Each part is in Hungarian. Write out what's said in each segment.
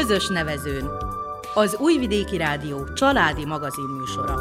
közös nevezőn. Az Újvidéki Rádió családi magazinműsora.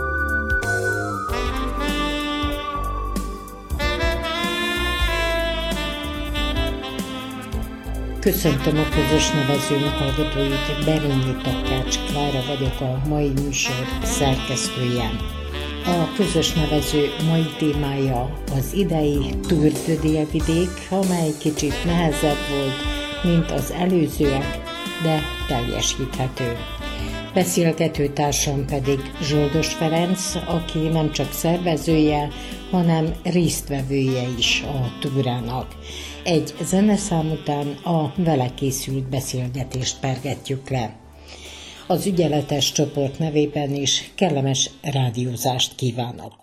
Köszöntöm a közös nevezőn hallgatóit, Berényi Takács Klára vagyok, a mai műsor szerkesztője. A közös nevező mai témája az idei Tour de Délvidék, amely kicsit nehezebb volt, mint az előzőek, de teljesíthető. Beszélgető társam pedig Zsoldos Ferenc, aki nem csak szervezője, hanem résztvevője is a túrának. Egy zeneszám után a vele készült beszélgetést pergetjük le. Az ügyeletes csoport nevében is kellemes rádiózást kívánok.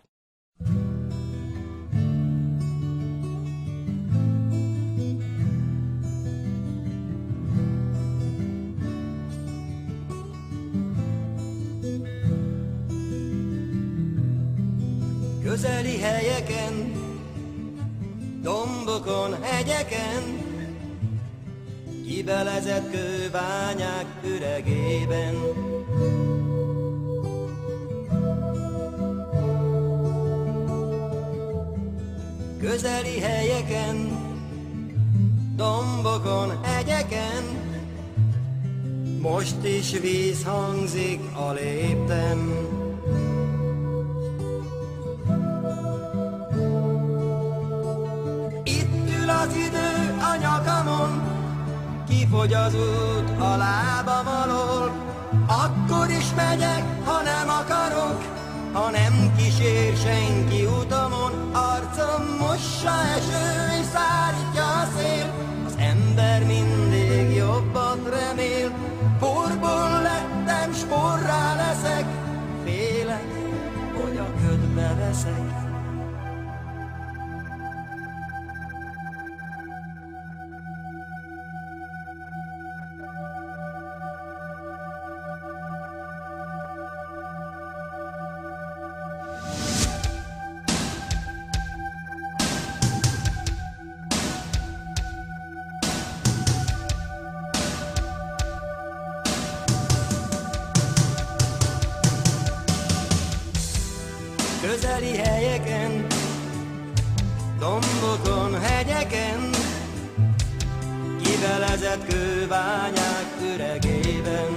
Közeli helyeken, dombokon, hegyeken, kibelezett kőbányák üregében. Közeli helyeken, dombokon, hegyeken, most is víz hangzik a lépten. Az idő a nyakamon, kifogy az út a lábam alól. Akkor is megyek, ha nem akarok, ha nem kísér senki utamon. Arcom mossa eső és szárítja a szél, az ember mindig jobbat remél. Porból lettem, s porrá leszek, félek, hogy a ködbe veszek. Közeli helyeken, dombokon, hegyeken, kibelezett kőbányák üregében.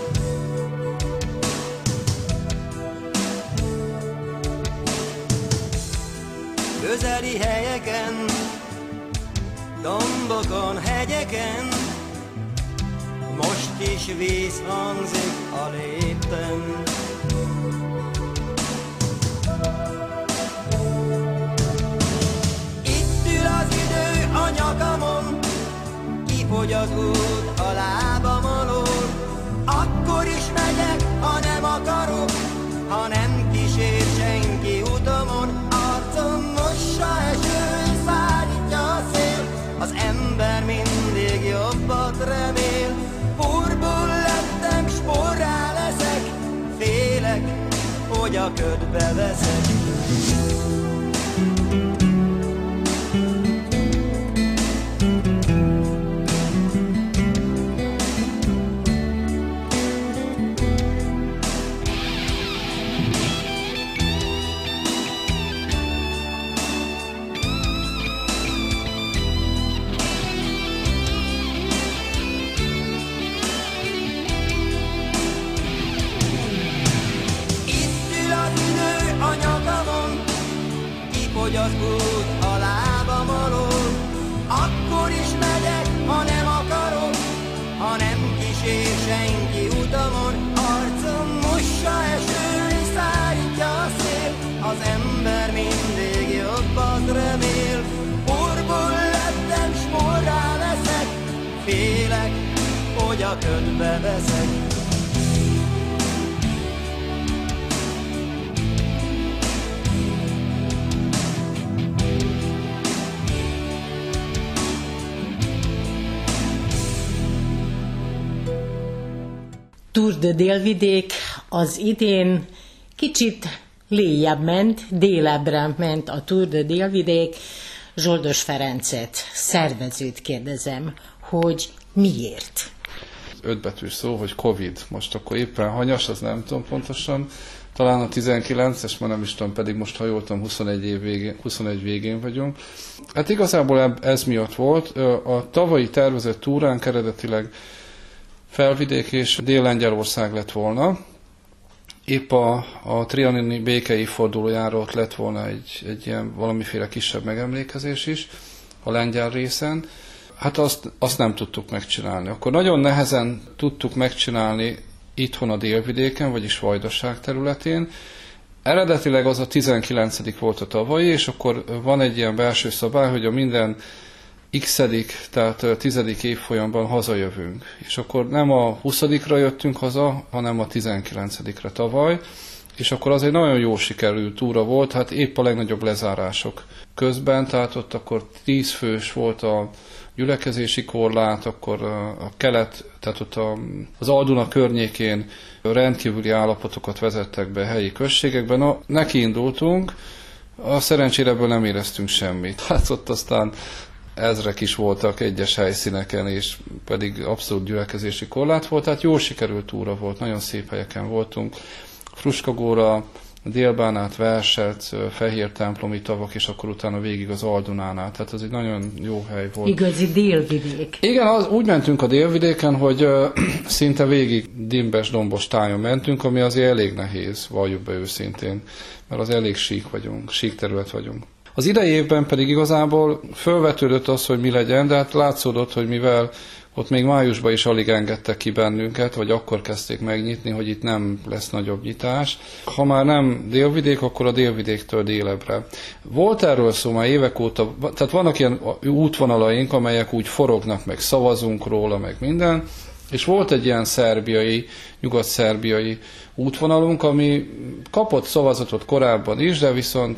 Közeli helyeken, dombokon, hegyeken, most is víz hangzik a lépten. A nyakamon, kifogy az út a lábam alól. Akkor is megyek, ha nem akarok, ha nem kísér senki utamon. Arcom mossa eső és szárítja a szél, az ember mindig jobbat remél. Porból lettem, s porrá leszek, félek, hogy a ködbe veszek. Hogy az út a lábam alól. Akkor is megyek, ha nem akarok, ha nem kísér senki utamon. Arcom mossa eső és szárítja a szél, az ember mindig jobbat remél. Porból lettem, s porrá leszek, félek, hogy a ködbe veszek. Tour de Délvidék az idén kicsit léjjebb ment, délebbre ment a Tour de Délvidék. Zsoldos Ferencet, szervezőt kérdezem, hogy miért? 5 betűs szó, hogy Covid. Most akkor éppen hanyas, az nem tudom pontosan, talán a 19-es, már nem is tudom, pedig most ha jól tudom, 21 végén vagyunk. Hát igazából ez miatt volt. A tavalyi tervezett túránk eredetileg Felvidék és Dél-Lengyelország lett volna. Épp a trianoni béke évfordulójára ott lett volna egy ilyen valamiféle kisebb megemlékezés is a lengyel részen. Hát azt nem tudtuk megcsinálni. Akkor nagyon nehezen tudtuk megcsinálni itthon a délvidéken, vagyis Vajdaság területén. Eredetileg az a 19. volt a tavalyi, és akkor van egy ilyen belső szabály, hogy a minden x-edik, tehát 10. évfolyamban hazajövünk. És akkor nem a 20-ra jöttünk haza, hanem a 19-re tavaly, és akkor az egy nagyon jó sikerült túra volt, hát épp a legnagyobb lezárások közben, tehát ott akkor 10 fős volt a gyülekezési korlát, akkor a kelet, tehát ott az Alduna környékén rendkívüli állapotokat vezettek be helyi községekben. Na, nekiindultunk, a szerencsére ebből nem éreztünk semmit. Hát ott aztán ezrek is voltak egyes helyszíneken, és pedig abszolút gyülekezési korlát volt, tehát jól sikerült túra volt, nagyon szép helyeken voltunk. Fruskagóra, Délbánát, Verset, Fehér templomi tavak, és akkor utána végig az Aldunánál. Tehát ez egy nagyon jó hely volt. Igazi délvidék. Igen, úgy mentünk a délvidéken, hogy szinte végig dimbes, dombos tájon mentünk, ami azért elég nehéz, valljuk be őszintén, mert az elég sík terület vagyunk. Az idei évben pedig igazából fölvetődött az, hogy mi legyen, de hát látszódott, hogy mivel ott még májusban is alig engedtek ki bennünket, vagy akkor kezdték megnyitni, hogy itt nem lesz nagyobb nyitás. Ha már nem délvidék, akkor a délvidéktől délebbre. Volt erről szó már évek óta, tehát vannak ilyen útvonalaink, amelyek úgy forognak, meg szavazunk róla, meg minden, és volt egy ilyen nyugat-szerbiai útvonalunk, ami kapott szavazatot korábban is, de viszont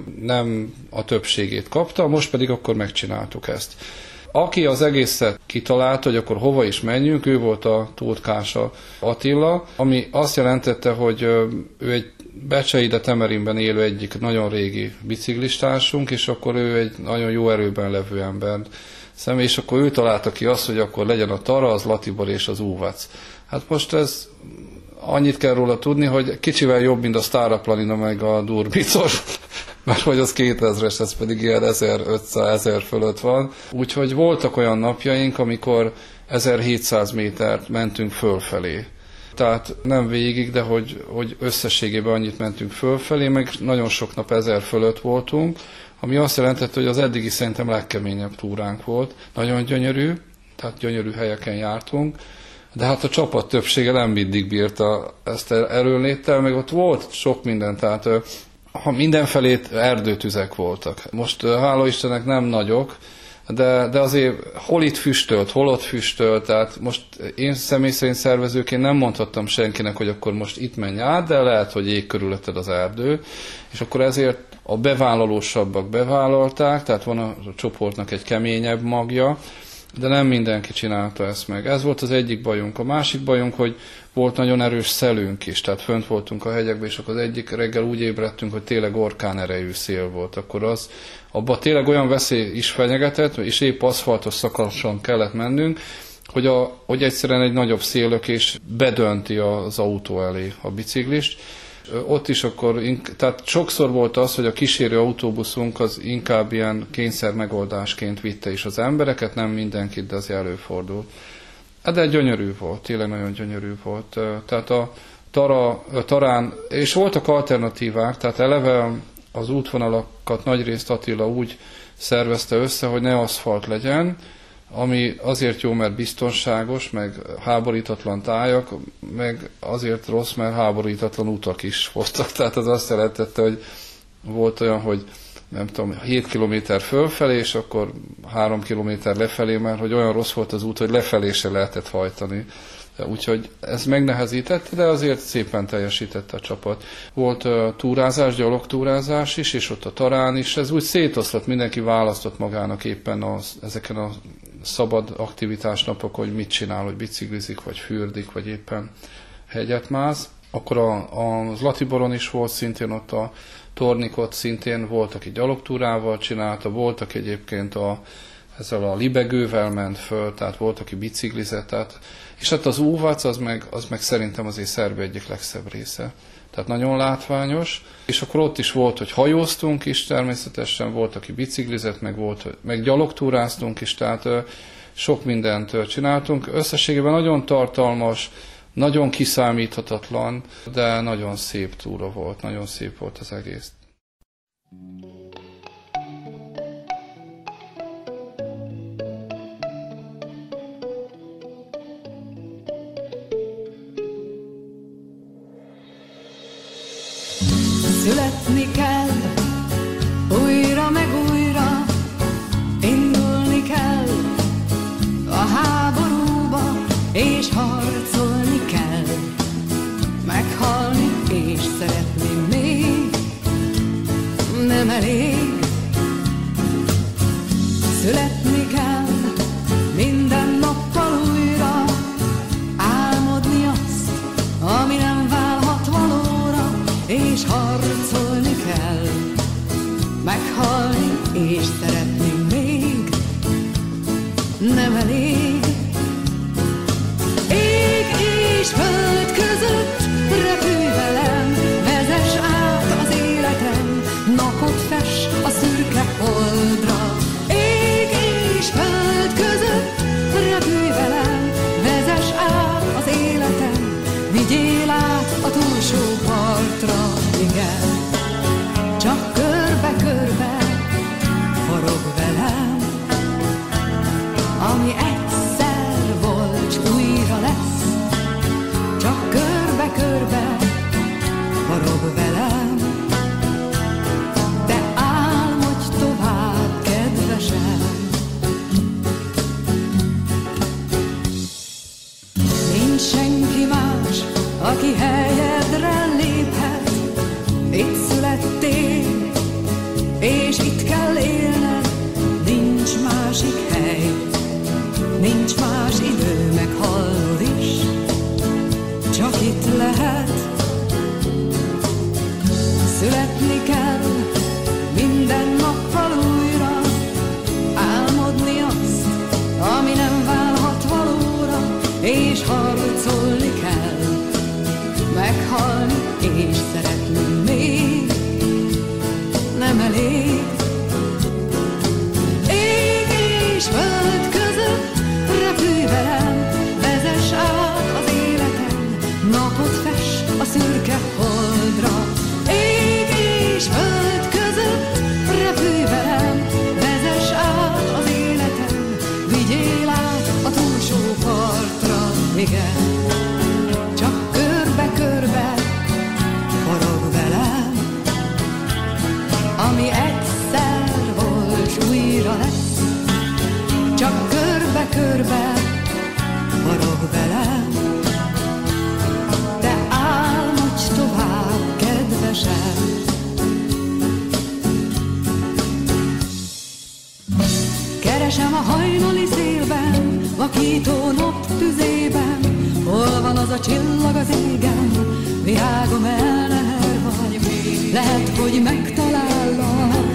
nem a többségét kapta, most pedig akkor megcsináltuk ezt. Aki az egészet kitalálta, hogy akkor hova is menjünk, ő volt a Tóth Kása Attila, ami azt jelentette, hogy ő egy Becsei, de Temerinben élő egyik nagyon régi biciklistársunk, és akkor ő egy nagyon jó erőben levő ember személy, és akkor ő találta ki azt, hogy akkor legyen a Tara, az Latibor és az Úvac. Hát most ez annyit kell róla tudni, hogy kicsivel jobb, mint a Sztáraplanina meg a Durbicor, mert hogy az 2000-es, ez pedig ilyen 1500-1000 fölött van. Úgyhogy voltak olyan napjaink, amikor 1700 métert mentünk fölfelé. Tehát nem végig, de hogy összességében annyit mentünk fölfelé, meg nagyon sok nap 1000 fölött voltunk, ami azt jelentette, hogy az eddigi szerintem legkeményebb túránk volt. Nagyon gyönyörű, tehát gyönyörű helyeken jártunk, de hát a csapat többsége nem mindig bírta ezt erőnléttel, meg ott volt sok minden, tehát ha mindenfelét erdőtüzek voltak. Most hála Istennek nem nagyok, de azért hol itt füstölt, hol ott füstölt, tehát most én személy szerint szervezőként nem mondhattam senkinek, hogy akkor most itt menj át, de lehet, hogy ég körülötted az erdő, és akkor ezért a bevállalósabbak bevállalták, tehát van a csoportnak egy keményebb magja, de nem mindenki csinálta ezt meg. Ez volt az egyik bajunk. A másik bajunk, hogy volt nagyon erős szelünk is, tehát fönt voltunk a hegyekben, és akkor az egyik reggel úgy ébredtünk, hogy tényleg orkán erejű szél volt. Akkor abban tényleg olyan veszély is fenyegetett, és épp aszfaltos szakaszon kellett mennünk, hogy egyszerűen egy nagyobb széllökés bedönti az autó elé a biciklist. Ott is akkor, tehát sokszor volt az, hogy a kísérő autóbuszunk az inkább ilyen kényszer megoldásként vitte is az embereket, nem mindenkit, de az előfordult. De gyönyörű volt, tényleg nagyon gyönyörű volt. Tehát a Tarán, és voltak alternatívák, tehát eleve az útvonalakat nagyrészt Attila úgy szervezte össze, hogy ne aszfalt legyen, ami azért jó, mert biztonságos, meg háborítatlan tájak, meg azért rossz, mert háborítatlan utak is voltak. Tehát az azt jelentette, hogy volt olyan, hogy nem tudom, 7 kilométer fölfelé, és akkor 3 kilométer lefelé, mert hogy olyan rossz volt az út, hogy lefelé se lehetett hajtani. Úgyhogy ez megnehezítette, de azért szépen teljesítette a csapat. Volt túrázás, gyalogtúrázás is, és ott a Tarán is. Ez úgy szétoszlott, mindenki választott magának éppen ezeken a szabad aktivitásnapok, hogy mit csinál, hogy biciklizik, vagy fürdik, vagy éppen hegyet mász. Akkor a Zlatiboron is volt szintén ott a Tornikot, szintén volt, aki gyalogtúrával csinálta, voltak egyébként a ezzel a libegővel ment föl, tehát volt, aki biciklizett, és hát az Úvac, az meg szerintem azért Szerbia egyik legszebb része. Tehát nagyon látványos, és akkor ott is volt, hogy hajóztunk is természetesen, volt, aki biciklizett, meg gyalogtúráztunk is, tehát sok mindent csináltunk. Összességében nagyon tartalmas, nagyon kiszámíthatatlan, de nagyon szép túra volt, nagyon szép volt az egész. Születni kell, újra meg újra, indulni kell a háborúba, és harcolni kell, meghalni és szeretni még nem elég. Születni kell minden nappal újra, álmodni azt, ami nem válhat valóra, és harcolni kell, meghalni és szeretni még nem elég. Ég és föld között repülj velem, vezess át az életem, napot fess a szürke holdra. Ég és föld között repülj velem, vezess át az életem, vigyél át a túlsó partra. Igen, csak körbe-körbe forog velem, ami egyszer volt, s újra lesz. Csak körbe-körbe forog velem, de álmodj tovább, kedvesem. Nincs senki más, aki helyedre léphet. Itt születtél, és itt kell élned, nincs másik hely, nincs más idő, meghallod is, csak itt lehet. Születni kell minden nappal újra, álmodni azt, ami nem válhat valóra, és harcolni kell, meghalni és szeretni még nem elég. Ég és föld között repülj velem, vezess át az életem, napot fess a szürke holdra. Ég és föld között repülj velem, vezess át az életem, vigyél át a túlsó partra. Igen, csak körbe-körbe forog velem, ami egyszer volt, s újra lesz. Csak körbe-körbe forog velem, de álmodj tovább, kedvesem. Keresem a hajnali szélben, vakító nap tüzében, hol van az a csillag az égen, virágom, el neher vagy, lehet, hogy megtalállak.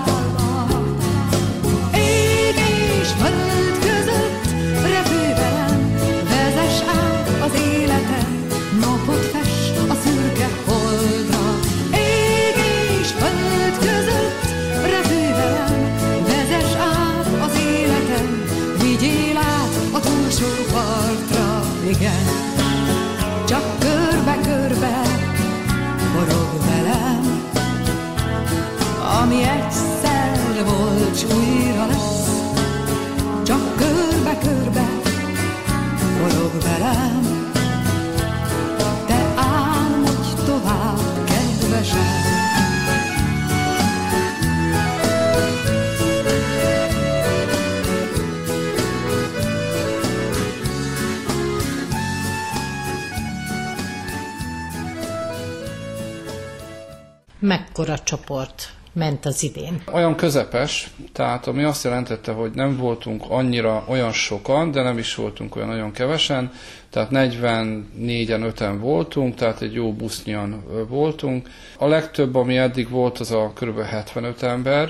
Ég és föld között repülj velem, vezess át az életem, napot fess a szürke holdra. Ég és föld között repülj velem, vezess át az életem, vigyél át a túlsó partra. Igen, csak körbe-körbe forog velem, ami egyszer volt, s újra lesz. Csak körbe-körbe forog velem, de álmodj tovább, kedvesem. Mekkora csoport ment az idén? Olyan közepes, tehát ami azt jelentette, hogy nem voltunk annyira olyan sokan, de nem is voltunk olyan nagyon kevesen, tehát 44-en, 5-en voltunk, tehát egy jó busznyian voltunk. A legtöbb, ami eddig volt, az a kb. 75 ember,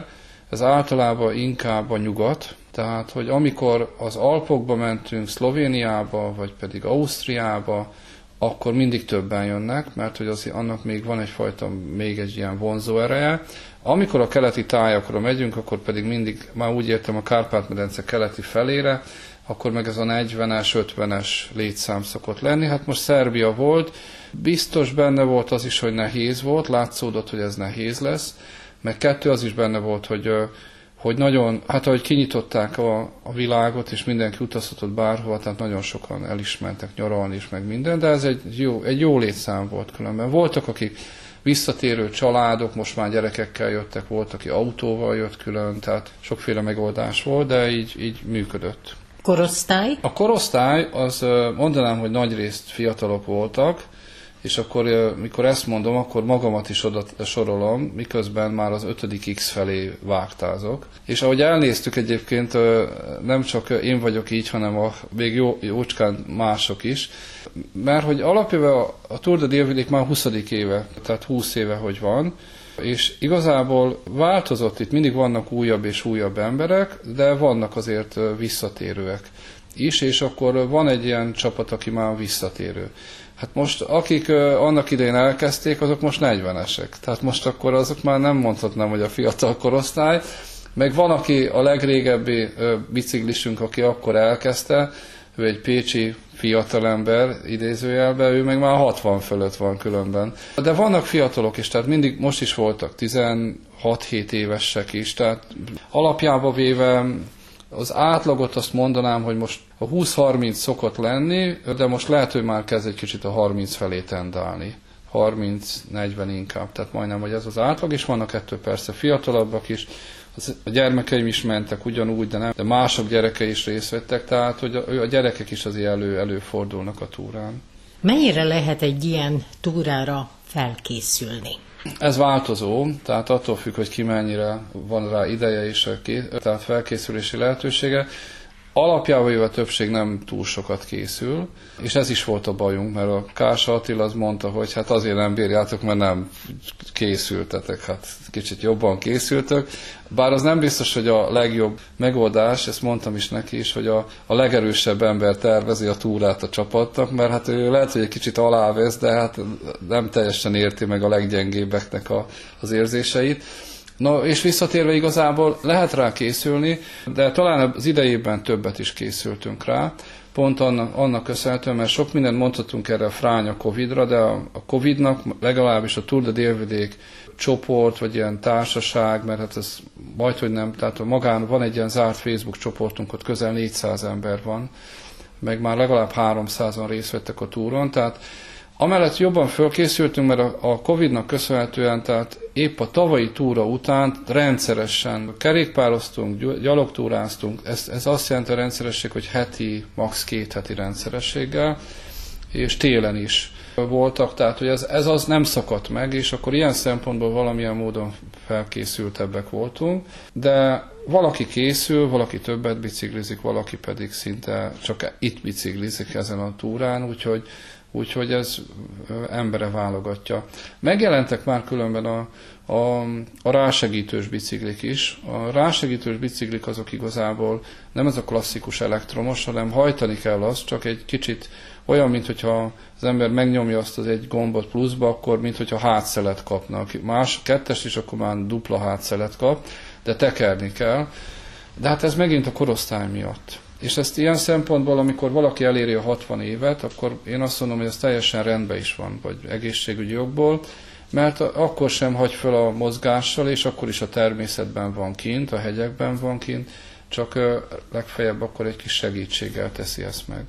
ez általában inkább a nyugat, tehát, hogy amikor az Alpokba mentünk, Szlovéniába, vagy pedig Ausztriába, akkor mindig többen jönnek, mert hogy annak még van egyfajta, még egy ilyen vonzó ereje. Amikor a keleti tájakra megyünk, akkor pedig mindig, már úgy értem a Kárpát-medence keleti felére, akkor meg ez a 40-es, 50-es létszám szokott lenni. Hát most Szerbia volt, biztos benne volt az is, hogy nehéz volt, látszódott, hogy ez nehéz lesz, meg kettő az is benne volt, hogy nagyon, hát ahogy kinyitották a világot, és mindenki utazhatott bárhova, tehát nagyon sokan el is mentek nyaralni is, meg minden, de ez egy jó létszám volt különben. Voltak, akik visszatérő családok, most már gyerekekkel jöttek, volt, aki autóval jött külön, tehát sokféle megoldás volt, de így működött. Korosztály? A korosztály, az mondanám, hogy nagyrészt fiatalok voltak, és akkor, mikor ezt mondom, akkor magamat is oda sorolom, miközben már az 5. X felé vágtázok. És ahogy elnéztük egyébként, nem csak én vagyok így, hanem még jócskán mások is, mert hogy alapjában a Tour de Délvidék már 20. éve, tehát 20 éve, hogy van, és igazából változott, itt mindig vannak újabb és újabb emberek, de vannak azért visszatérőek is, és akkor van egy ilyen csapat, aki már visszatérő. Hát most akik annak idején elkezdték, azok most 40-esek. Tehát most akkor azok már nem mondhatnám, hogy a fiatal korosztály. Meg van, aki a legrégebbi biciklisünk, aki akkor elkezdte, ő egy pécsi fiatalember, idézőjelben, ő meg már 60 fölött van különben. De vannak fiatalok is, tehát mindig, most is voltak 16-7 évesek is, tehát alapjába véve az átlagot azt mondanám, hogy most a 20-30 szokott lenni, de most lehet, hogy már kezd egy kicsit a 30 felé tendálni. 30-40 inkább, tehát majdnem, hogy ez az átlag, és vannak ettől persze fiatalabbak is. A gyermekeim is mentek ugyanúgy, de mások gyerekei is részt vettek, tehát hogy a gyerekek is azért előfordulnak a túrán. Mennyire lehet egy ilyen túrára felkészülni? Ez változó, tehát attól függ, hogy ki mennyire van rá ideje és tehát felkészülési lehetősége. Alapjában a többség nem túl sokat készül, és ez is volt a bajunk, mert a Kársa Attila az mondta, hogy hát azért nem bírjátok, mert nem készültetek, hát kicsit jobban készültök. Bár az nem biztos, hogy a legjobb megoldás, ezt mondtam is neki is, hogy a legerősebb ember tervezi a túrát a csapatnak, mert hát ő lehet, hogy egy kicsit alávesz, de hát nem teljesen érti meg a leggyengébbeknek az érzéseit. No, és visszatérve igazából lehet rá készülni, de talán az idejében többet is készültünk rá, pont annak köszönhetően, mert sok mindent mondhatunk erre a fránya Covid-ra, de a Covid-nak legalábbis a Tour de Délvidék csoport, vagy ilyen társaság, mert hát ez majdhogy nem, tehát magán van egy ilyen zárt Facebook csoportunk, ott közel 400 ember van, meg már legalább 300-an részt vettek a túron, tehát amellett jobban fölkészültünk, mert a Covid-nak köszönhetően, tehát épp a tavalyi túra után rendszeresen kerékpároztunk, gyalogtúráztunk, ez azt jelenti a rendszeresség, hogy heti, max. 2 heti rendszerességgel, és télen is voltak, tehát hogy ez az nem szakadt meg, és akkor ilyen szempontból valamilyen módon felkészültebbek voltunk, de valaki készül, valaki többet biciklizik, valaki pedig szinte csak itt biciklizik ezen a túrán, úgyhogy ez embere válogatja. Megjelentek már különben a rásegítős biciklik is. A rásegítős biciklik azok igazából nem ez a klasszikus elektromos, hanem hajtani kell azt, csak egy kicsit olyan, mint hogyha az ember megnyomja azt az egy gombot pluszba, akkor mint hogyha hátszelet kapnak. Más, kettes is, akkor már dupla hátszelet kap, de tekerni kell. De hát ez megint a korosztály miatt. És ezt ilyen szempontból, amikor valaki eléri a 60 évet, akkor én azt mondom, hogy ez teljesen rendben is van, vagy egészségügyi jogból, mert akkor sem hagy föl a mozgással, és akkor is a természetben van kint, a hegyekben van kint, csak legfeljebb akkor egy kis segítséggel teszi ezt meg.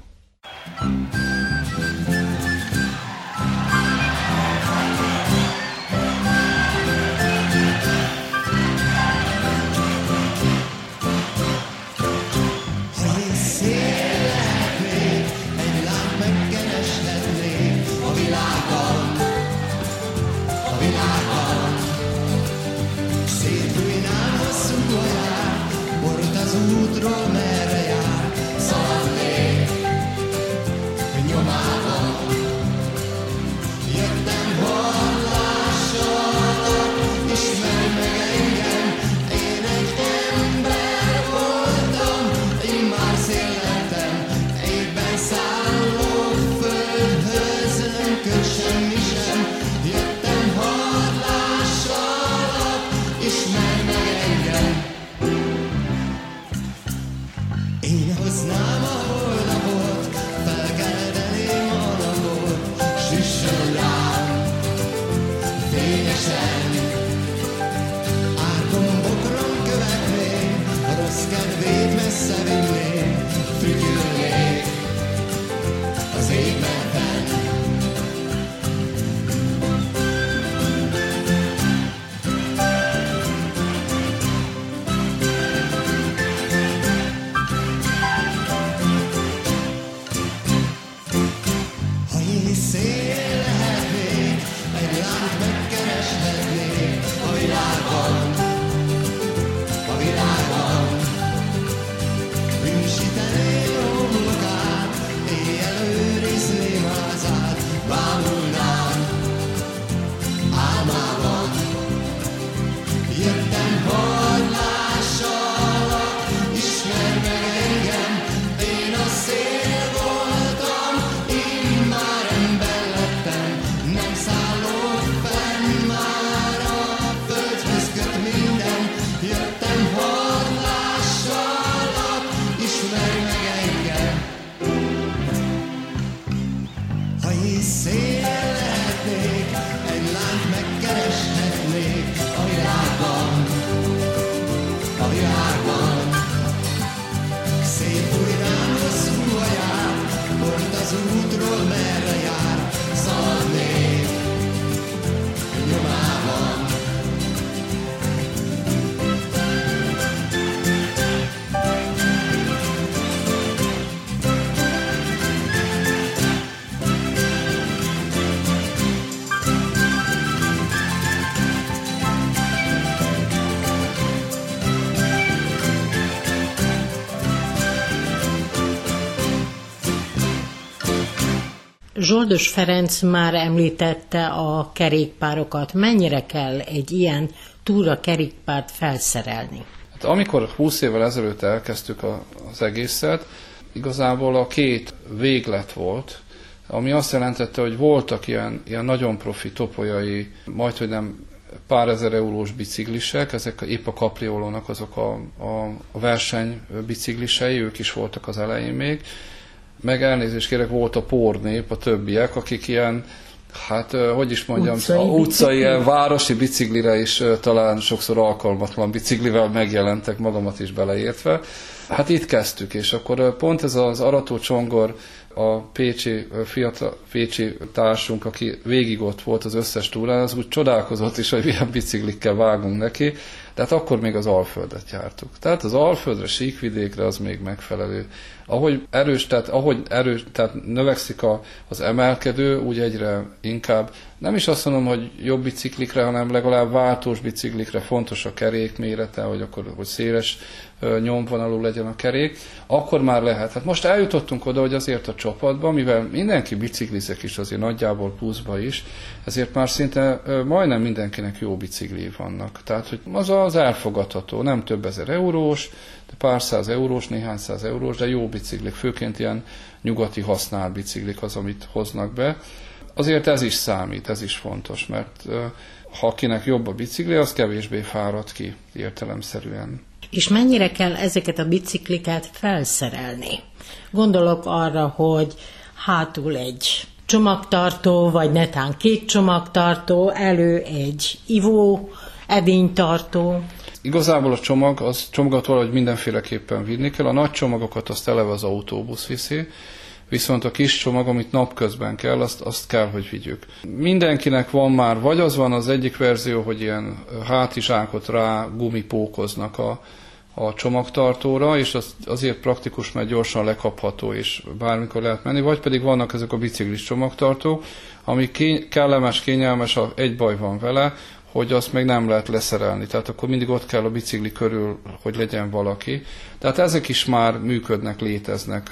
járnak. Szép újrán hosszú a jár, mondd az útról merre jár, szaladnék nyomában. Zsoldos Ferenc már említette a kerékpárokat. Mennyire kell egy ilyen túra kerékpárt felszerelni? Hát amikor 20 évvel ezelőtt elkezdtük az egészet, igazából a két véglet volt, ami azt jelentette, hogy voltak ilyen nagyon profi topolyai, majdhogy nem pár ezer eurós biciklisek, ezek épp a Capriolónak azok a versenybiciklisei, ők is voltak az elején még, meg elnézést kérek, volt a pornép, a többiek, akik ilyen, hát hogy is mondjam, utcai városi biciklire is talán sokszor alkalmatlan biciklivel megjelentek, magamat is beleértve. Hát itt kezdtük, és akkor pont ez az Arató Csongor, a pécsi társunk, aki végig ott volt az összes túrán, az úgy csodálkozott is, hogy milyen biciklikkel vágunk neki, de hát akkor még az Alföldet jártuk. Tehát az Alföldre, síkvidékre az még megfelelő. Ahogy növekszik az emelkedő, úgy egyre inkább, nem is azt mondom, hogy jobb biciklikre, hanem legalább váltós biciklikre fontos a kerék mérete, hogy széles nyomvonalú legyen a kerék, akkor már lehet. Hát most eljutottunk oda, hogy azért a csapatban, mivel mindenki biciklizik is azért nagyjából pluszba is, ezért már szinte majdnem mindenkinek jó bicikli vannak. Tehát, hogy az elfogadható, nem több ezer eurós, de pár száz eurós, néhány száz eurós, de jó biciklik, főként ilyen nyugati használt biciklik az, amit hoznak be. Azért ez is számít, ez is fontos, mert ha akinek jobb a bicikli, az kevésbé fárad ki értelemszerűen. És mennyire kell ezeket a bicikliket felszerelni? Gondolok arra, hogy hátul egy csomagtartó, vagy netán 2 csomagtartó, elő egy ivó, edénytartó. Igazából a csomagot valahogy mindenféleképpen vinni kell. A nagy csomagokat azt eleve az autóbusz viszi, viszont a kis csomag, amit napközben kell, azt kell, hogy vigyük. Mindenkinek van már, vagy az van az egyik verzió, hogy ilyen hátizsákot rá gumipókoznak a csomagtartóra, és az azért praktikus, mert gyorsan lekapható, és bármikor lehet menni, vagy pedig vannak ezek a biciklis csomagtartók, ami kellemes, kényelmes, egy baj van vele, hogy azt meg nem lehet leszerelni. Tehát akkor mindig ott kell a bicikli körül, hogy legyen valaki. Tehát ezek is már működnek, léteznek.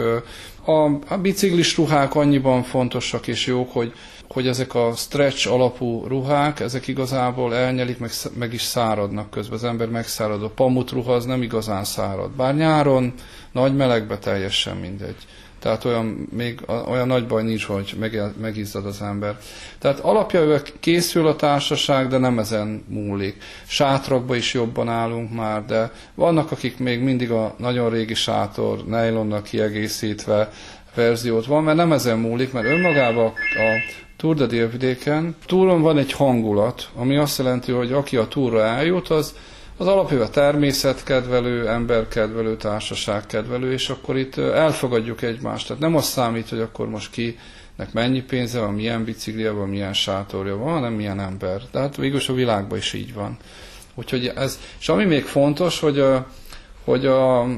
A biciklis ruhák annyiban fontosak és jók, hogy ezek a stretch alapú ruhák, ezek igazából elnyelik, meg is száradnak közben. Az ember megszárad. A pamut ruha az nem igazán szárad. Bár nyáron, nagy melegben teljesen mindegy. Tehát olyan nagy baj nincs, hogy megizzad az ember. Tehát alapjául készül a társaság, de nem ezen múlik. Sátrakba is jobban állunk már, de vannak, akik még mindig a nagyon régi sátor, nejlonnal kiegészítve verziót van, mert nem ezen múlik, mert önmagában a Tour de Délvidéken túron van egy hangulat, ami azt jelenti, hogy aki a túra eljut, az alapvetően természetkedvelő, emberkedvelő, társaságkedvelő, és akkor itt elfogadjuk egymást. Tehát nem az számít, hogy akkor most kinek mennyi pénze van, milyen biciklije van, milyen sátorja van, hanem milyen ember. Tehát végülis a világban is így van. Úgyhogy ez, és ami még fontos, hogy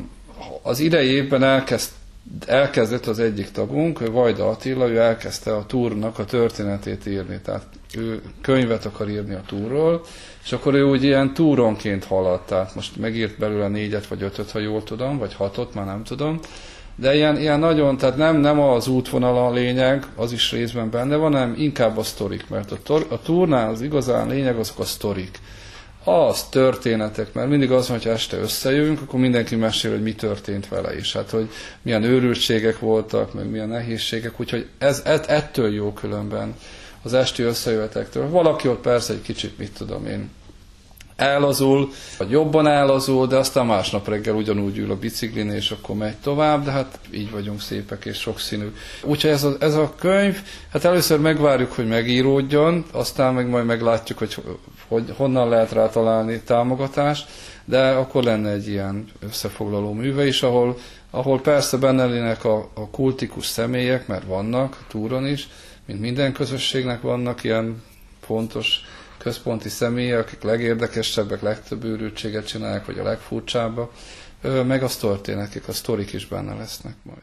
az idei évben elkezdett az egyik tagunk, Vajda Attila, ő elkezdte a túrnak a történetét írni, tehát ő könyvet akar írni a túrról, és akkor ő úgy ilyen túronként haladt, tehát most megírt belőle 4 vagy 5, ha jól tudom, vagy 6, már nem tudom, de ilyen nagyon, tehát nem az útvonal a lényeg, az is részben benne van, hanem inkább a sztorik, mert a túrnál az igazán lényeg azok a sztorik. Az történetek, mert mindig az, hogy este összejövünk, akkor mindenki mesél, hogy mi történt vele is. Hát, hogy milyen őrültségek voltak, meg milyen nehézségek, úgyhogy ez ettől jó különben az esti összejövetektől. Valaki ott persze egy kicsit, mit tudom én, ellazul, vagy jobban ellazul, de aztán másnap reggel ugyanúgy ül a biciklin, és akkor megy tovább, de hát így vagyunk szépek és sokszínű. Úgyhogy ez a könyv, hát először megvárjuk, hogy megíródjon, aztán meg majd meglátjuk, hogy honnan lehet rá találni támogatást, de akkor lenne egy ilyen összefoglaló műve is, ahol persze benne lennének a kultikus személyek, mert vannak túron is, mint minden közösségnek vannak ilyen fontos központi személyek, akik legérdekesebbek, legtöbb őrültséget csinálják, vagy a legfurcsábbak, meg a történetek, a sztorik is benne lesznek majd.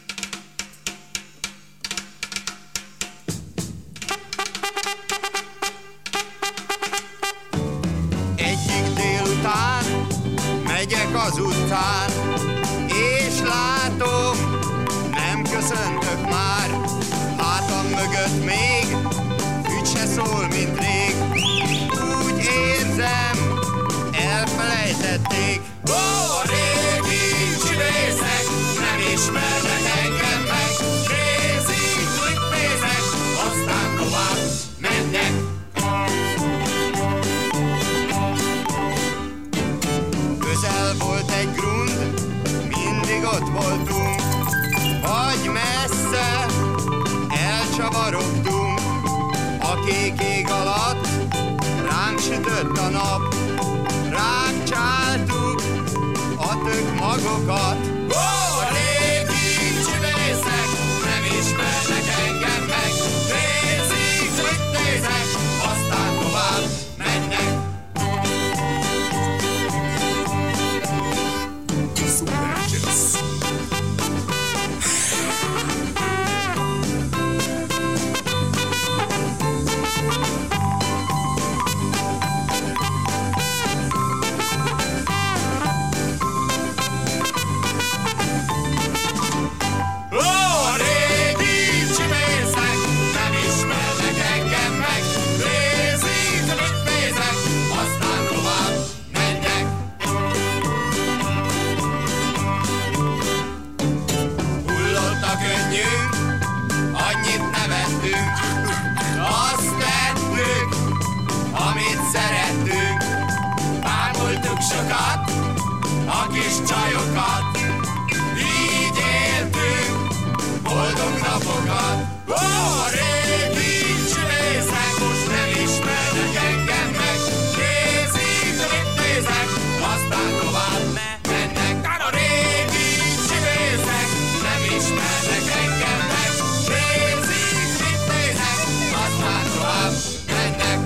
Egyik délután megyek az utcán, és látom, nem köszöntök már, hátam mögött még ügy se szól, mint rég. Úgy érzem, elfelejtették. A régi csibészek nem ismernek engem meg. Crazy klipészek, aztán tovább mennek. Közel volt egy grund, mindig ott voltunk, vagy messze elcsavarogtunk. A kék ég alatt ránk sütött a nap, ránk csáltuk a tök magokat. A régi csibészek nem ismernek engem meg. Crazy klipészek, aztán tovább mennek. Sokat, a kis csajokat, így éltünk boldog napokat. A régi csibészek most nem ismernek engem meg. Crazy klipészek, aztán tovább mennek. A régi csibészek nem ismernek engem meg. Crazy klipészek, aztán tovább mennek.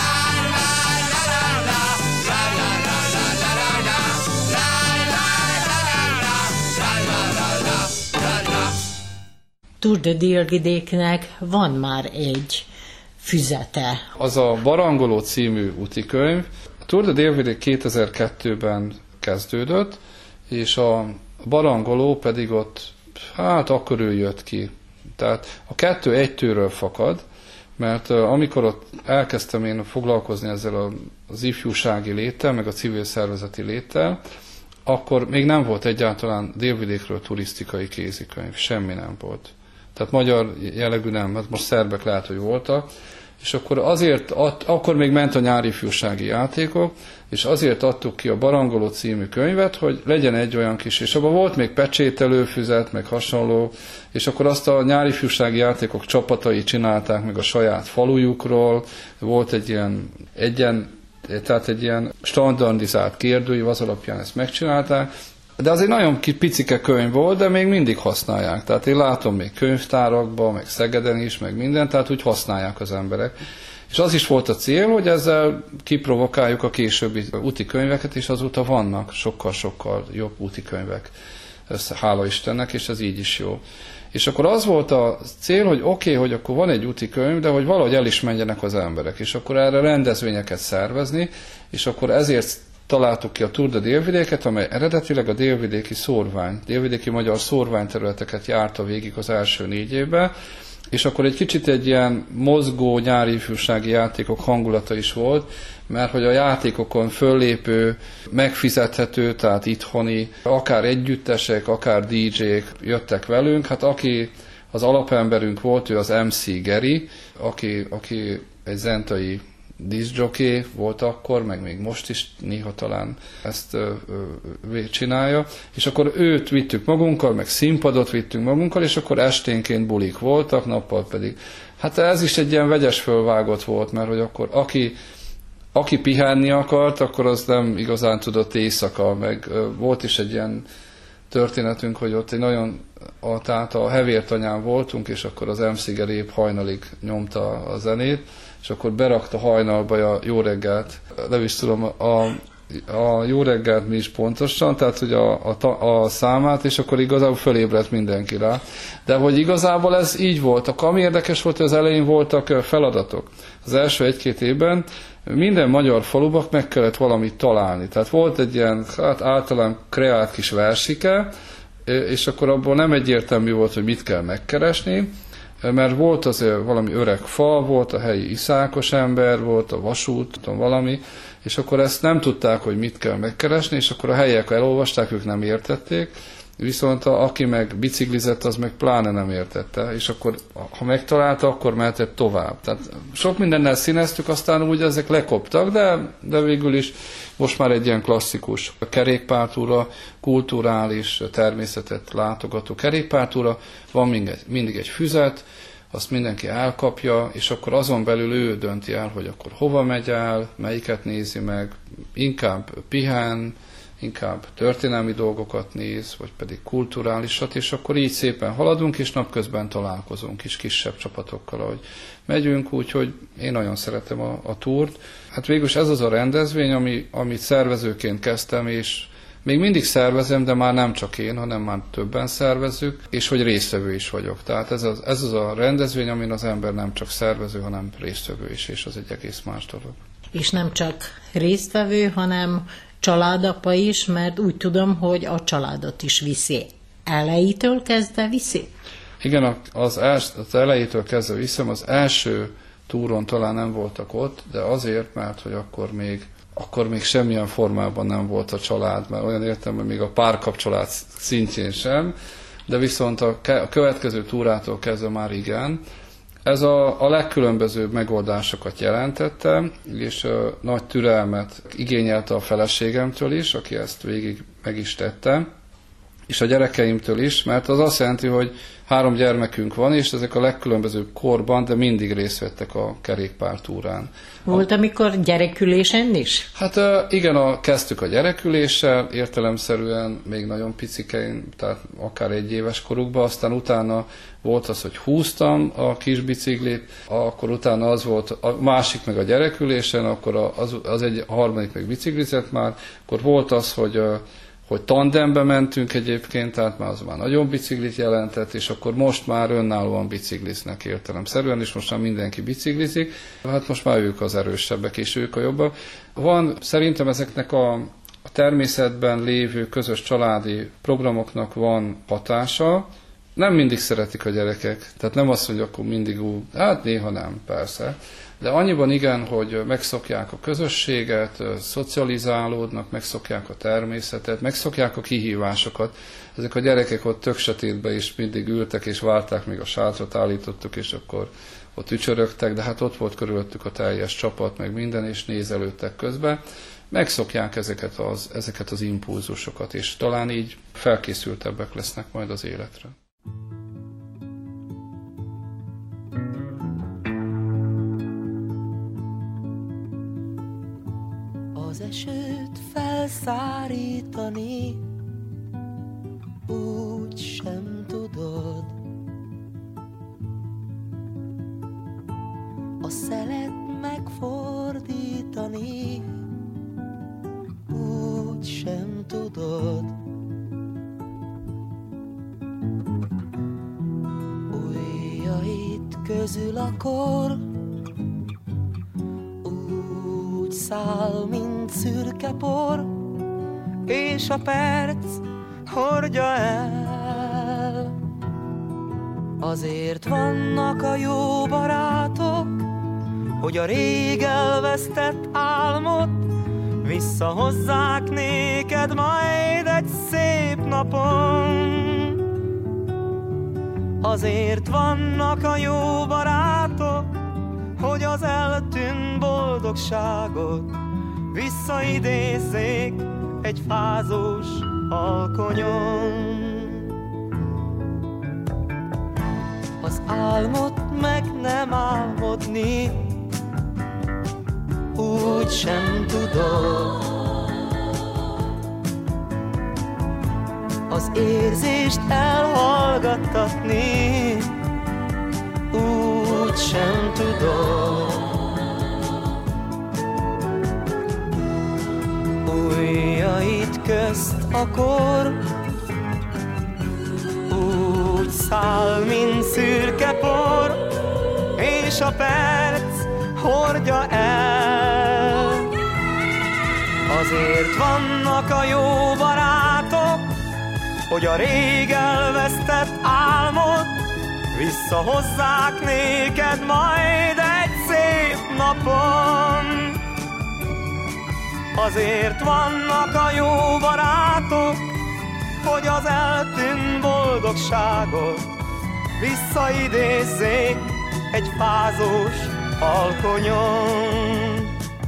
Tour de Délvidéknek van már egy füzete. Az a Barangoló című útikönyv. A Tour de Délvidék 2002-ben kezdődött, és a Barangoló pedig ott, akkor ő jött ki. Tehát a kettő egytőről fakad, mert amikor ott elkezdtem én foglalkozni ezzel az ifjúsági léttel, meg a civil szervezeti léttel, akkor még nem volt egyáltalán Délvidékről turisztikai kézikönyv, semmi nem volt. Tehát magyar jellegű nem, mert most szerbek lehet, hogy voltak, és akkor akkor még ment a nyári ifjúsági játékok, és azért adtuk ki a Barangoló című könyvet, hogy legyen egy olyan kis, és abban volt még pecsételőfüzet, meg hasonló, és akkor azt a nyári ifjúsági játékok csapatai csinálták meg a saját falujukról, volt egy ilyen standardizált kérdőív, az alapján ezt megcsinálták, de az egy nagyon picike könyv volt, de még mindig használják. Tehát én látom még könyvtárakban, meg Szegeden is, meg minden, tehát úgy használják az emberek. És az is volt a cél, hogy ezzel kiprovokáljuk a későbbi úti könyveket, és azóta vannak sokkal-sokkal jobb úti könyvek. Hála Istennek, és ez így is jó. És akkor az volt a cél, hogy oké, hogy akkor van egy úti könyv, de hogy valahogy el is menjenek az emberek, és akkor erre rendezvényeket szervezni, és akkor ezért találtuk ki a Tour de Délvidéket, amely eredetileg a délvidéki magyar szórványterületeket járta végig az első 4 évben, és akkor egy kicsit egy ilyen mozgó nyári ifjúsági játékok hangulata is volt, mert hogy a játékokon föllépő, megfizethető, tehát itthoni, akár együttesek, akár DJ-k jöttek velünk, hát aki az alapemberünk volt, ő az MC Geri, aki egy zentai diszjockey volt akkor, meg még most is néha talán ezt csinálja, és akkor őt vittük magunkkal, meg színpadot vittünk magunkkal, és akkor esténként bulik voltak, nappal pedig. Hát ez is egy ilyen vegyes fölvágott volt, mert hogy akkor aki pihenni akart, akkor az nem igazán tudott éjszaka, meg volt is egy ilyen történetünk, hogy ott egy nagyon, tehát a Hevértanyán voltunk, és akkor az MC-gel épp hajnalig nyomta a zenét, és akkor berakta hajnalba a Jó reggelt, nem is tudom, a Jó reggelt mi is pontosan, tehát hogy a számát, és akkor igazából fölébredt mindenki rá. De hogy igazából ez így volt. Ami érdekes volt, hogy az elején voltak feladatok. Az első 1-2 évben minden magyar faluban meg kellett valamit találni. Tehát volt egy ilyen általán kreált kis versike, és akkor abból nem egyértelmű volt, hogy mit kell megkeresni, mert volt azért valami öreg fal, volt a helyi iszákos ember, volt a vasút, tudom valami, és akkor ezt nem tudták, hogy mit kell megkeresni, és akkor a helyiek elolvasták, ők nem értették, viszont aki meg biciklizett, az meg pláne nem értette, és akkor ha megtalálta, akkor mehetett tovább. Tehát sok mindennel színeztük, aztán úgy ezek lekoptak, de végül is most már egy ilyen klasszikus kerékpártúra, kulturális, természetet látogató kerékpártúra, van mindig egy füzet, azt mindenki elkapja, és akkor azon belül ő dönti el, hogy akkor hova megy el, melyiket nézi meg, inkább pihen, inkább történelmi dolgokat néz, vagy pedig kulturálisat, és akkor így szépen haladunk, és napközben találkozunk is kisebb csapatokkal, ahogy megyünk, úgyhogy én nagyon szeretem a túrt. Hát végülis ez az a rendezvény, amit szervezőként kezdtem, és még mindig szervezem, de már nem csak én, hanem már többen szervezzük, és hogy résztvevő is vagyok. Tehát ez az a rendezvény, amin az ember nem csak szervező, hanem résztvevő is, és az egy egész más dolog. És nem csak résztvevő, hanem családapa is, mert úgy tudom, hogy a családot is viszi. Elejétől kezdve viszi? Igen, az elejétől kezdve viszem, az első túron talán nem voltak ott, de azért, mert hogy akkor még semmilyen formában nem volt a család, mert olyan értelemben még a párkapcsolat szintjén sem, de viszont a következő túrától kezdve már igen. Ez a legkülönbözőbb megoldásokat jelentette, és nagy türelmet igényelte a feleségemtől is, aki ezt végig meg is tette, és a gyerekeimtől is, mert az azt jelenti, hogy 3 gyermekünk van, és ezek a legkülönbözőbb korban, de mindig részt vettek a kerékpártúrán. Volt, amikor gyerekülésen is? Hát igen, kezdtük a gyereküléssel, értelemszerűen még nagyon picikein, tehát akár 1 éves korukban, aztán utána volt az, hogy húztam a kis biciklit, akkor utána az volt a másik meg a gyerekülésen, akkor a harmadik meg biciklizett már, akkor volt az, hogy tandembe mentünk egyébként, tehát már az már nagyobb biciklit jelentett, és akkor most már önállóan bicikliznek értelemszerűen, és most már mindenki biciklizik. Hát most már ők az erősebbek, és ők a jobbak. Van szerintem ezeknek a természetben lévő közös családi programoknak van hatása. Nem mindig szeretik a gyerekek, tehát nem azt, hogy akkor mindig hát néha nem, persze. De annyiban igen, hogy megszokják a közösséget, szocializálódnak, megszokják a természetet, megszokják a kihívásokat. Ezek a gyerekek ott tök sötétben is mindig ültek, és várták, még a sátrat állítottuk, és akkor ott ücsörögtek, de hát ott volt körülöttük a teljes csapat, meg minden, és nézelődtek közben. Megszokják ezeket az impulzusokat, és talán így felkészültebbek lesznek majd az életre. Az esőt felszárítani úgy sem tudod, a szelet megfordítani úgy sem tudod, ujjait közül akkor száll, mint szürke por, és a perc hordja el. Azért vannak a jó barátok, hogy a rég elvesztett álmot visszahozzák néked majd egy szép napon. Azért vannak a jó barátok, hogy az eltűnt boldogságot visszaidézzék egy fázós alkonyon. Az álmot meg nem álmodni úgy sem tudok az érzést elhallgattatni, úgy sem tudok ujjait közt a kor, úgy száll, mint szürke por, és a perc hordja el. Azért vannak a jó barátok, hogy a rég elvesztett álmod visszahozzák néked majd egy szép napon. Azért vannak a jó barátok, hogy az eltűnt boldogságot visszaidézzék egy fázós alkonyon.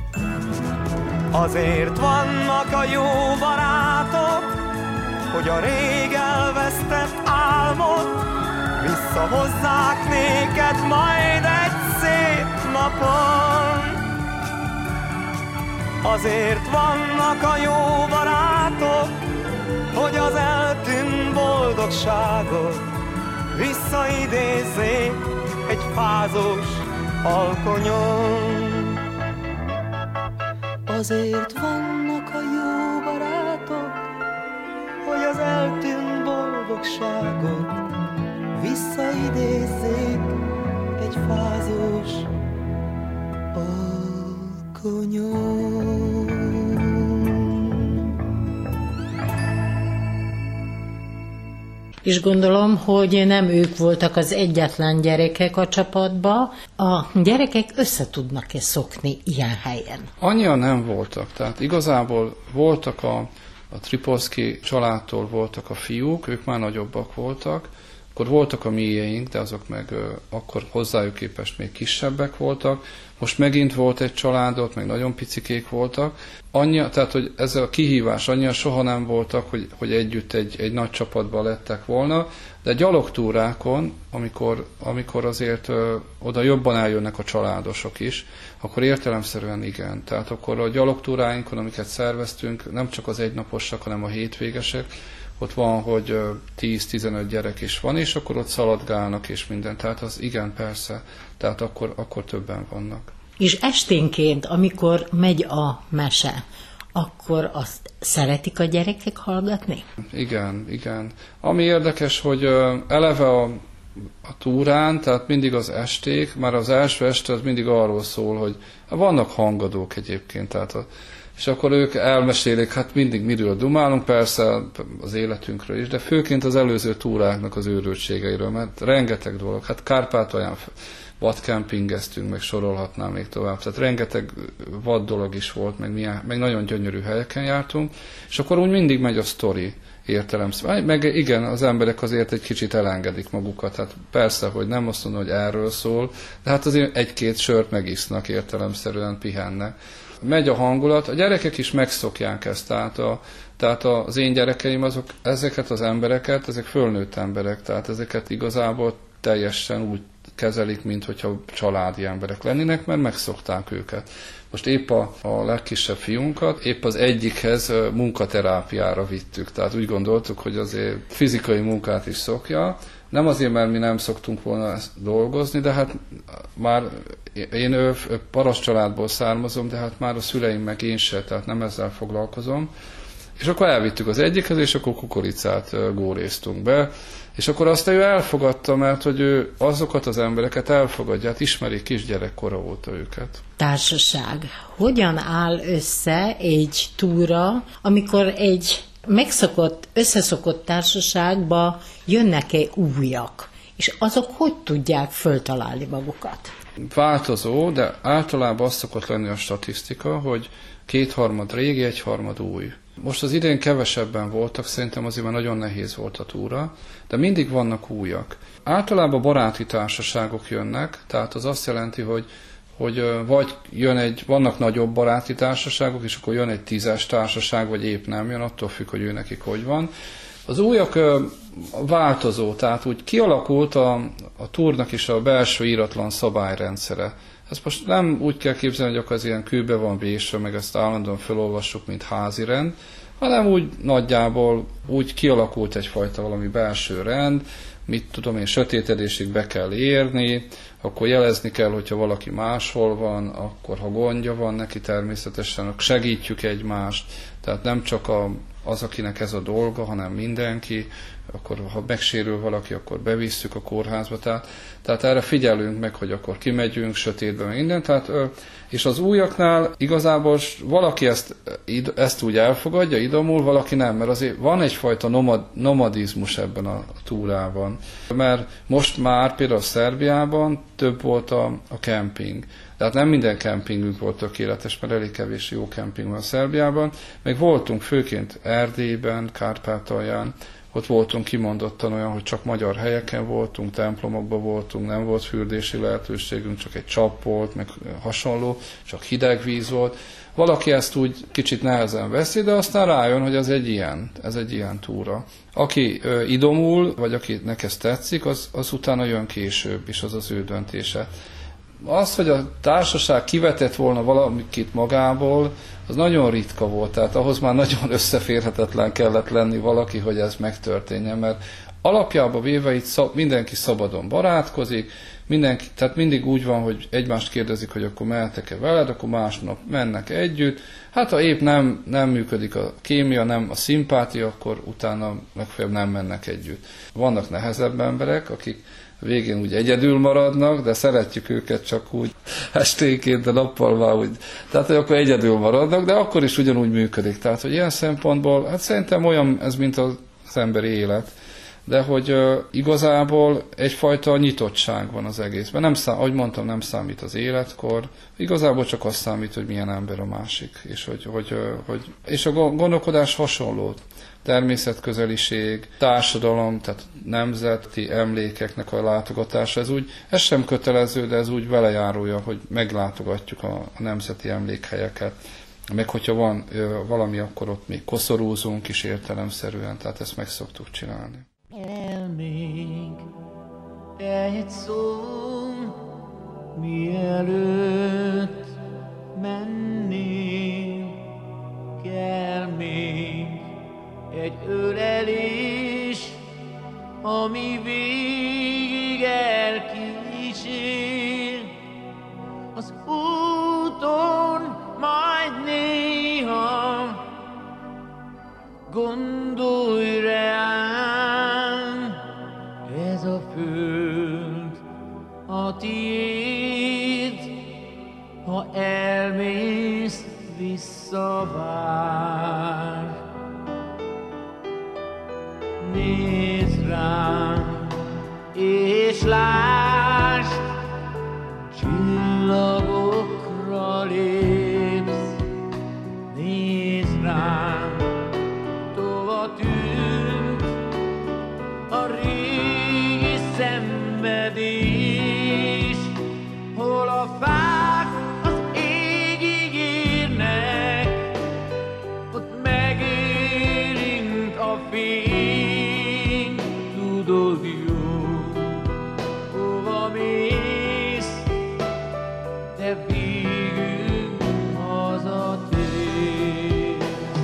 Azért vannak a jó barátok, hogy a rég elvesztett álmot visszahozzák néked majd egy szép napon. Azért vannak a jó barátok, hogy az eltűnt boldogságot visszaidézzék egy fázós alkonyon. Azért vannak a jó barátok, hogy az eltűnt boldogságot visszaidézzék egy fázós alkonyon. És gondolom, hogy nem ők voltak az egyetlen gyerekek a csapatban. A gyerekek össze tudnak-e szokni ilyen helyen? Annyian nem voltak. Tehát igazából voltak a Tripolszky családtól voltak a fiúk, ők már nagyobbak voltak. Akkor voltak a miéink, de azok meg akkor hozzájuk képest még kisebbek voltak. Most megint volt egy családot, meg nagyon picikék voltak. Tehát, hogy ez a kihívás, annyian soha nem voltak, hogy együtt egy nagy csapatban lettek volna, de gyalogtúrákon, amikor azért oda jobban eljönnek a családosok is, akkor értelemszerűen igen. Tehát akkor a gyalogtúráinkon, amiket szerveztünk, nem csak az egynaposak, hanem a hétvégesek, ott van, hogy 10-15 gyerek is van, és akkor ott szaladgálnak és minden. Tehát az igen, persze. Tehát akkor többen vannak. És esténként, amikor megy a mese, akkor azt szeretik a gyerekek hallgatni? Igen. Ami érdekes, hogy eleve a túrán, tehát mindig az esték, már az első este az mindig arról szól, hogy vannak hangadók egyébként, tehát és akkor ők elmesélik, hát mindig miről dumálunk, persze az életünkről is, de főként az előző túráknak az őrültségeiről, mert rengeteg dolog, hát Kárpátalján vadkempingeztünk, meg sorolhatnám még tovább, tehát rengeteg vad dolog is volt, meg nagyon gyönyörű helyeken jártunk, és akkor úgy mindig megy a sztori értelemszerűen. Meg igen, az emberek azért egy kicsit elengedik magukat, hát persze, hogy nem azt mondom, hogy erről szól, de hát azért egy-két sört megisznak értelemszerűen, pihennek. Megy a hangulat, a gyerekek is megszokják ezt, tehát az én gyerekeim ezeket az embereket, ezek fölnőtt emberek, tehát ezeket igazából teljesen úgy kezelik, mint hogyha családi emberek lennének, mert megszokták őket. Most épp a legkisebb fiunkat, épp az egyikhez munkaterápiára vittük, tehát úgy gondoltuk, hogy azért fizikai munkát is szokja, nem azért, mert mi nem szoktunk volna ezt dolgozni, de hát már én paraszt családból származom, de hát már a szüleim meg én se, tehát nem ezzel foglalkozom. És akkor elvittük az egyikhez, és akkor kukoricát góréztunk be, és akkor azt ő elfogadta, mert hogy ő azokat az embereket elfogadja, hát ismeri kisgyerekkora óta őket. Társaság. Hogyan áll össze egy túra, amikor egy megszokott, összeszokott társaságba jönnek-e újak, és azok hogy tudják föltalálni magukat? Változó, de általában az szokott lenni a statisztika, hogy 2/3 régi, 1/3 új. Most az idén kevesebben voltak, szerintem azért már nagyon nehéz volt a túra, de mindig vannak újak. Általában baráti társaságok jönnek, tehát az azt jelenti, hogy vagy vannak nagyobb baráti társaságok, és akkor jön egy 10-es társaság, vagy épp nem jön, attól függ, hogy ő nekik hogy van. Az újak változó, tehát úgy kialakult a túrnak is a belső íratlan szabályrendszere. Ezt most nem úgy kell képzelni, hogy akkor az ilyen kőbe van vésve, meg ezt állandóan felolvassuk, mint házi rend, hanem úgy nagyjából úgy kialakult egyfajta valami belső rend, mit tudom én, sötétedésig be kell érni, akkor jelezni kell, hogyha valaki máshol van, akkor ha gondja van neki természetesen, akkor segítjük egymást, tehát nem csak az, akinek ez a dolga, hanem mindenki, akkor ha megsérül valaki, akkor bevisszük a kórházba, tehát erre figyelünk meg, hogy akkor kimegyünk sötétbe, minden, és az újaknál igazából valaki ezt úgy elfogadja, idomul, valaki nem, mert azért van egyfajta nomadizmus ebben a túrában, mert most már például Szerbiában több volt a kemping. Tehát nem minden kempingünk volt tökéletes, mert elég kevés jó kemping van Szerbiában, meg voltunk főként Erdélyben, Kárpátalján, ott voltunk kimondottan olyan, hogy csak magyar helyeken voltunk, templomokban voltunk, nem volt fürdési lehetőségünk, csak egy csap volt, meg hasonló, csak hideg víz volt. Valaki ezt úgy kicsit nehezen veszi, de aztán rájön, hogy ez egy ilyen túra. Aki idomul, vagy akinek ez tetszik, az utána jön később, és az az ő döntése. Az, hogy a társaság kivetett volna valamit magából, az nagyon ritka volt, tehát ahhoz már nagyon összeférhetetlen kellett lenni valaki, hogy ez megtörténjen, mert alapjában véve itt mindenki szabadon barátkozik, tehát mindig úgy van, hogy egymást kérdezik, hogy akkor mehetek-e veled, akkor másnap mennek együtt. Hát ha épp nem működik a kémia, nem a szimpátia, akkor utána legfeljebb nem mennek együtt. Vannak nehezebb emberek, akik végén úgy egyedül maradnak, de szeretjük őket csak úgy esténként, de nappal már úgy. Tehát, hogy akkor egyedül maradnak, de akkor is ugyanúgy működik. Tehát, hogy ilyen szempontból, hát szerintem olyan ez, mint az emberi élet, de hogy igazából egyfajta nyitottság van az egészben. Ahogy mondtam, nem számít az életkor, igazából csak az számít, hogy milyen ember a másik, és a gondolkodás hasonló. Természetközeliség, társadalom, tehát nemzeti emlékeknek a látogatása, ez sem kötelező, de ez úgy velejárója, hogy meglátogatjuk a nemzeti emlékhelyeket. Meg hogyha van valami, akkor ott még koszorúzunk is értelemszerűen, tehát ezt meg szoktuk csinálni. Még egy szó, mielőtt mennél, kell még egy ölelés, ami végig elkísér. Az úton majd néha gondolj rám, ez a föld a tiéd, ha elmész, visszavár. Nézd rám, és lásd, csillagokra lépsz. Nézd rám, tova tűnt a régi szenvedés, hol a fák az égig érnek, ott megérint a fény. Tudod jó, hova mész, de végül hazatérsz.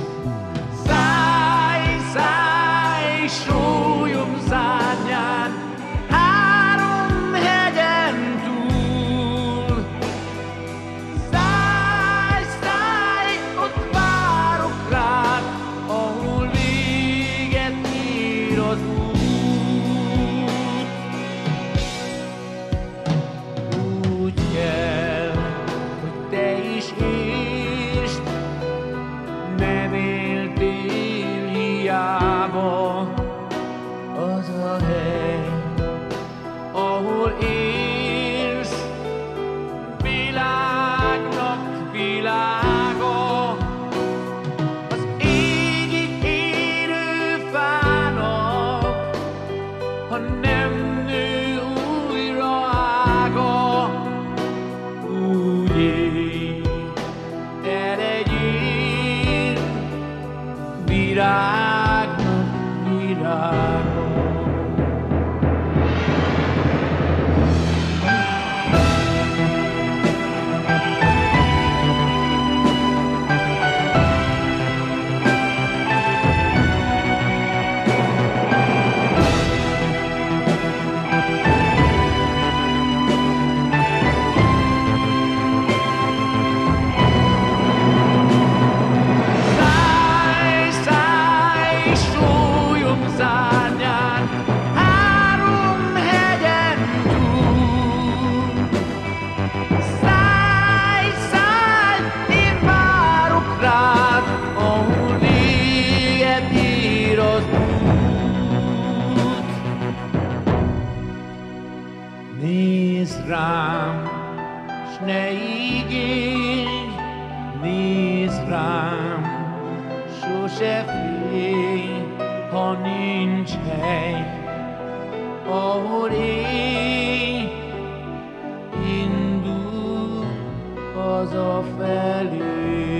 Szállj, szállj, sólyom szárnyán, három hegyen túl. Szállj, szállj, ott várok rád, ahol véget ér az út. Úgy kell, hogy te is értsd, nem éltél hiába. Az a hely, ahol élsz, világnak világa. Az égig érő fának rám, s ne ígérj, nézd rám, sose félj, ha nincs hely, ahol élj, indul hazafelé.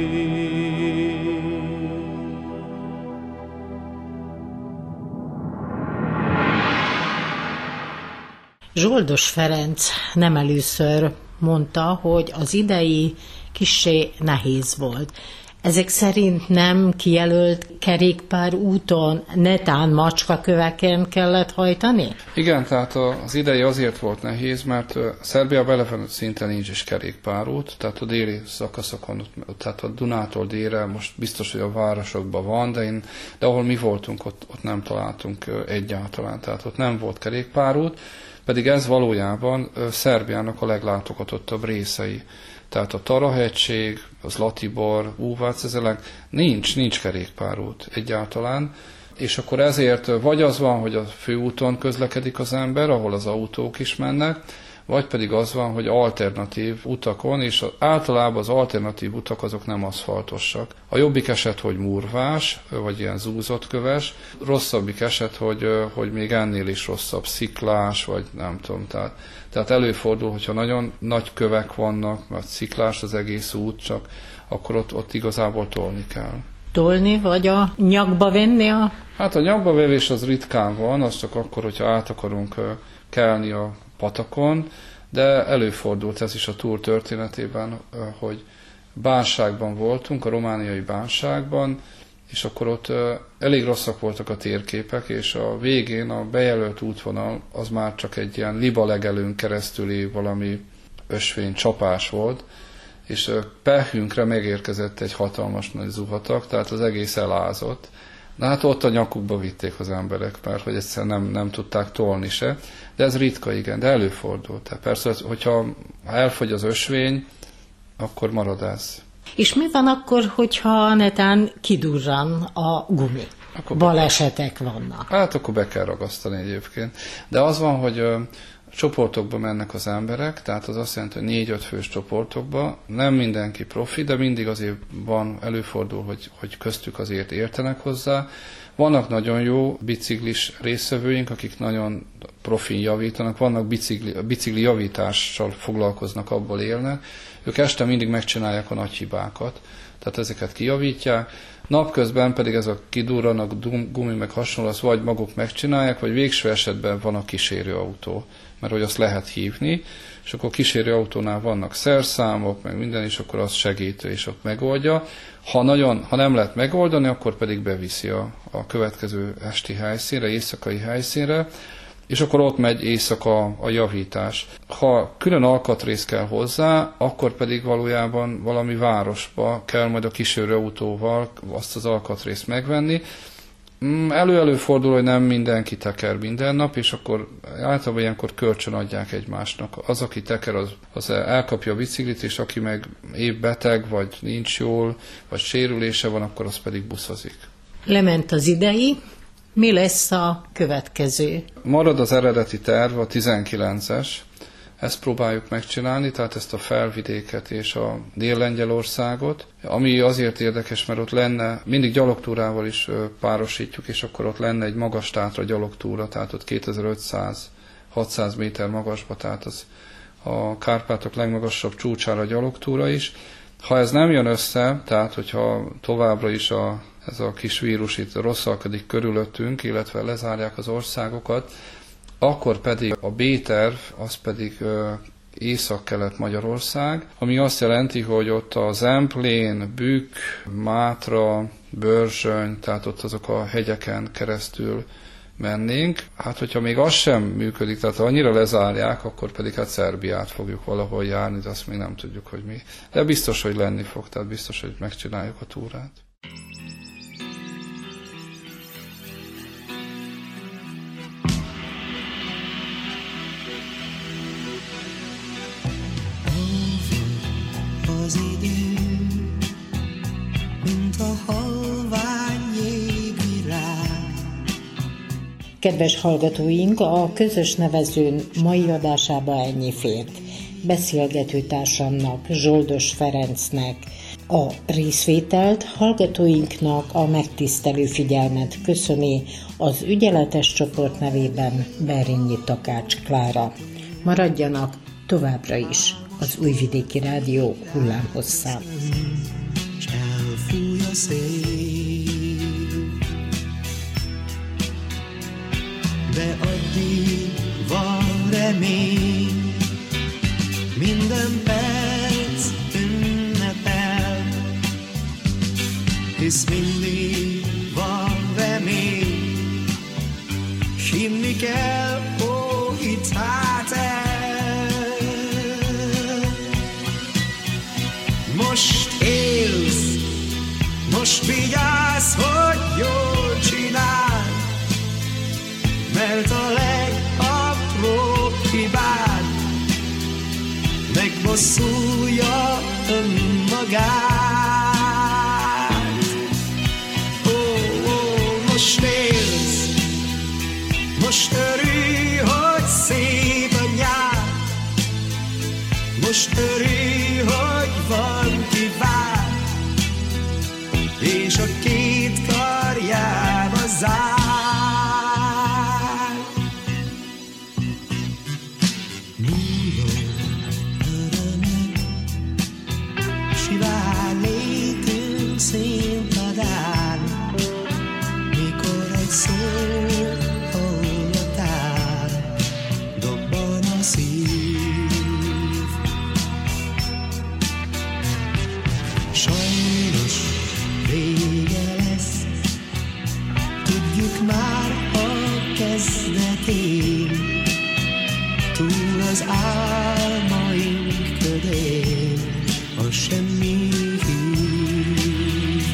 Zsoldos Ferenc nem először mondta, hogy az idei kissé nehéz volt. Ezek szerint nem kijelölt kerékpár úton, netán macskaköveken kellett hajtani? Igen, tehát az idei azért volt nehéz, mert Szerbiában eleve szinte nincs is kerékpárút, tehát a déli szakaszokon, tehát a Dunától délre most biztos, hogy a városokban van, de ahol mi voltunk, ott nem találtunk egyáltalán, tehát ott nem volt kerékpárút, pedig ez valójában Szerbiának a leglátogatottabb részei. Tehát a Tara-hegység, az Zlatibor, Újvárcezelek, nincs kerékpárút egyáltalán, és akkor ezért vagy az van, hogy a főúton közlekedik az ember, ahol az autók is mennek, vagy pedig az van, hogy alternatív utakon, és általában az alternatív utak azok nem aszfaltosak. A jobbik eset, hogy murvás, vagy ilyen zúzott köves, rosszabbik eset, hogy még ennél is rosszabb, sziklás, vagy nem tudom. Tehát előfordul, hogyha nagyon nagy kövek vannak, vagy sziklás az egész út, csak akkor ott igazából tolni kell. Tolni, vagy a nyakba venni a... Hát a nyakba vevés az ritkán van, az csak akkor, hogyha át akarunk kelni a patakon, de előfordult ez is a túr történetében, hogy Bánságban voltunk, a romániai Bánságban, és akkor ott elég rosszak voltak a térképek, és a végén a bejelölt útvonal az már csak egy ilyen libalegelőn keresztüli valami ösvény csapás volt, és pehünkre megérkezett egy hatalmas nagy zuhatag, tehát az egész elázott. Na hát ott a nyakukba vitték az emberek, mert hogy egyszerűen nem tudták tolni se, de ez ritka, igen, de előfordult. Tehát persze, hogyha elfogy az ösvény, akkor marad ez. És mi van akkor, hogyha netán kidurran a gumi? Akkor balesetek vannak. Hát akkor be kell ragasztani egyébként. De az van, hogy csoportokba mennek az emberek, tehát az azt jelenti, hogy 4-5 fős csoportokba, nem mindenki profi, de mindig azért előfordul, hogy köztük azért értenek hozzá. Vannak nagyon jó biciklis résztvevőink, akik nagyon profin javítanak, vannak bicikli javítással foglalkoznak, abból élnek. Ők este mindig megcsinálják a nagy hibákat, tehát ezeket kijavítják. Napközben pedig ez a kidurranak, gumi meg hasonló, azt vagy maguk megcsinálják, vagy végső esetben van a kísérőautó, mert hogy azt lehet hívni, és akkor a kísérőautónál vannak szerszámok, meg minden, és akkor az segítő, és ott megoldja. Ha nem lehet megoldani, akkor pedig beviszi a következő esti helyszínre, éjszakai helyszínre, és akkor ott megy éjszaka a javítás. Ha külön alkatrész kell hozzá, akkor pedig valójában valami városba kell majd a kísérőautóval azt az alkatrészt megvenni. Előfordul, hogy nem mindenki teker minden nap, és akkor általában ilyenkor kölcsön adják egymásnak. Az, aki teker, az elkapja a biciklit, és aki meg épp beteg, vagy nincs jól, vagy sérülése van, akkor az pedig buszozik. Lement az idei. Mi lesz a következő? Marad az eredeti terv, a 19-es. Ezt próbáljuk megcsinálni, tehát ezt a felvidéket és a Dél-Lengyelországot, ami azért érdekes, mert ott lenne, mindig gyalogtúrával is párosítjuk, és akkor ott lenne egy magas tátra gyalogtúra, tehát ott 2500-600 méter magasba, tehát az a Kárpátok legmagasabb csúcsára gyalogtúra is. Ha ez nem jön össze, tehát hogyha továbbra is ez a kis vírus itt rosszalkodik körülöttünk, illetve lezárják az országokat, akkor pedig a B-terv, az pedig Észak-Kelet-Magyarország, ami azt jelenti, hogy ott a Zemplén, Bükk, Mátra, Börzsöny, tehát ott azok a hegyeken keresztül mennénk. Hát, hogyha még az sem működik, tehát ha annyira lezárják, akkor pedig hát Szerbiát fogjuk valahol járni, de azt még nem tudjuk, hogy mi. De biztos, hogy lenni fog, tehát biztos, hogy megcsináljuk a túrát. Az idő, mint a halvány jégvirág. Kedves hallgatóink, a közös nevezőn mai adásába ennyi fért. Beszélgető társamnak, Zsoldos Ferencnek a részvételt, hallgatóinknak a megtisztelő figyelmet köszöni az ügyeletes csoport nevében Berényi Takács Klára. Maradjanak továbbra is az Újvidéki Rádió hullámhosszán. Elfúj a szél, de addig van remény, minden perc ünnepel, hisz mindig van remény, s hinni kell, ó, hidd hát el. Most élsz, most vigyázz, hogy jól csinál, mert a legapróbb hibád megbosszulja önmagát. Most élsz, most örülj, hogy szép a nyár, most örülj, hogy van ki vár, és a két karjába zár. Sivár létünk színpadán, mikor egy szó hallatán dobban a szív. Sajnos vége lesz, tudjuk már a kezdetén, túl az álmaink ködén a semmi hív.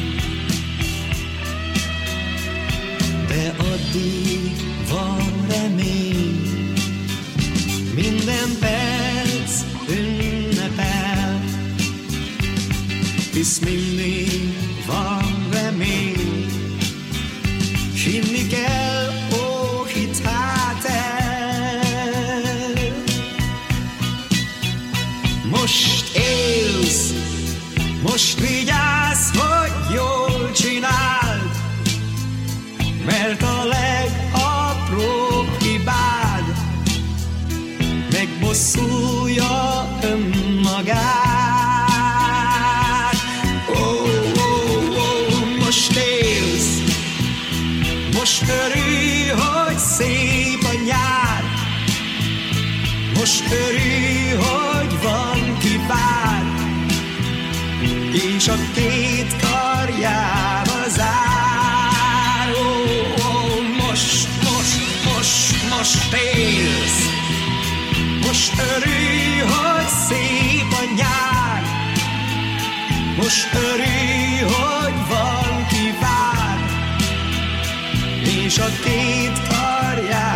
De addig van remény, minden perc ünnepel, hisz mindig van remény, s hinni kell, ó, hidd hát el. Most élsz, most vigyázz, hogy jól csináld, mert a legapróbb hibád megbosszulja önmagát. Most élsz, most örülj, hogy szép a nyár, most örülj, hogy van ki vár, és a két karjába zár. Most élsz, most örülj, hogy szép a nyár, most örülj, hogy van ki vár, és a két karjába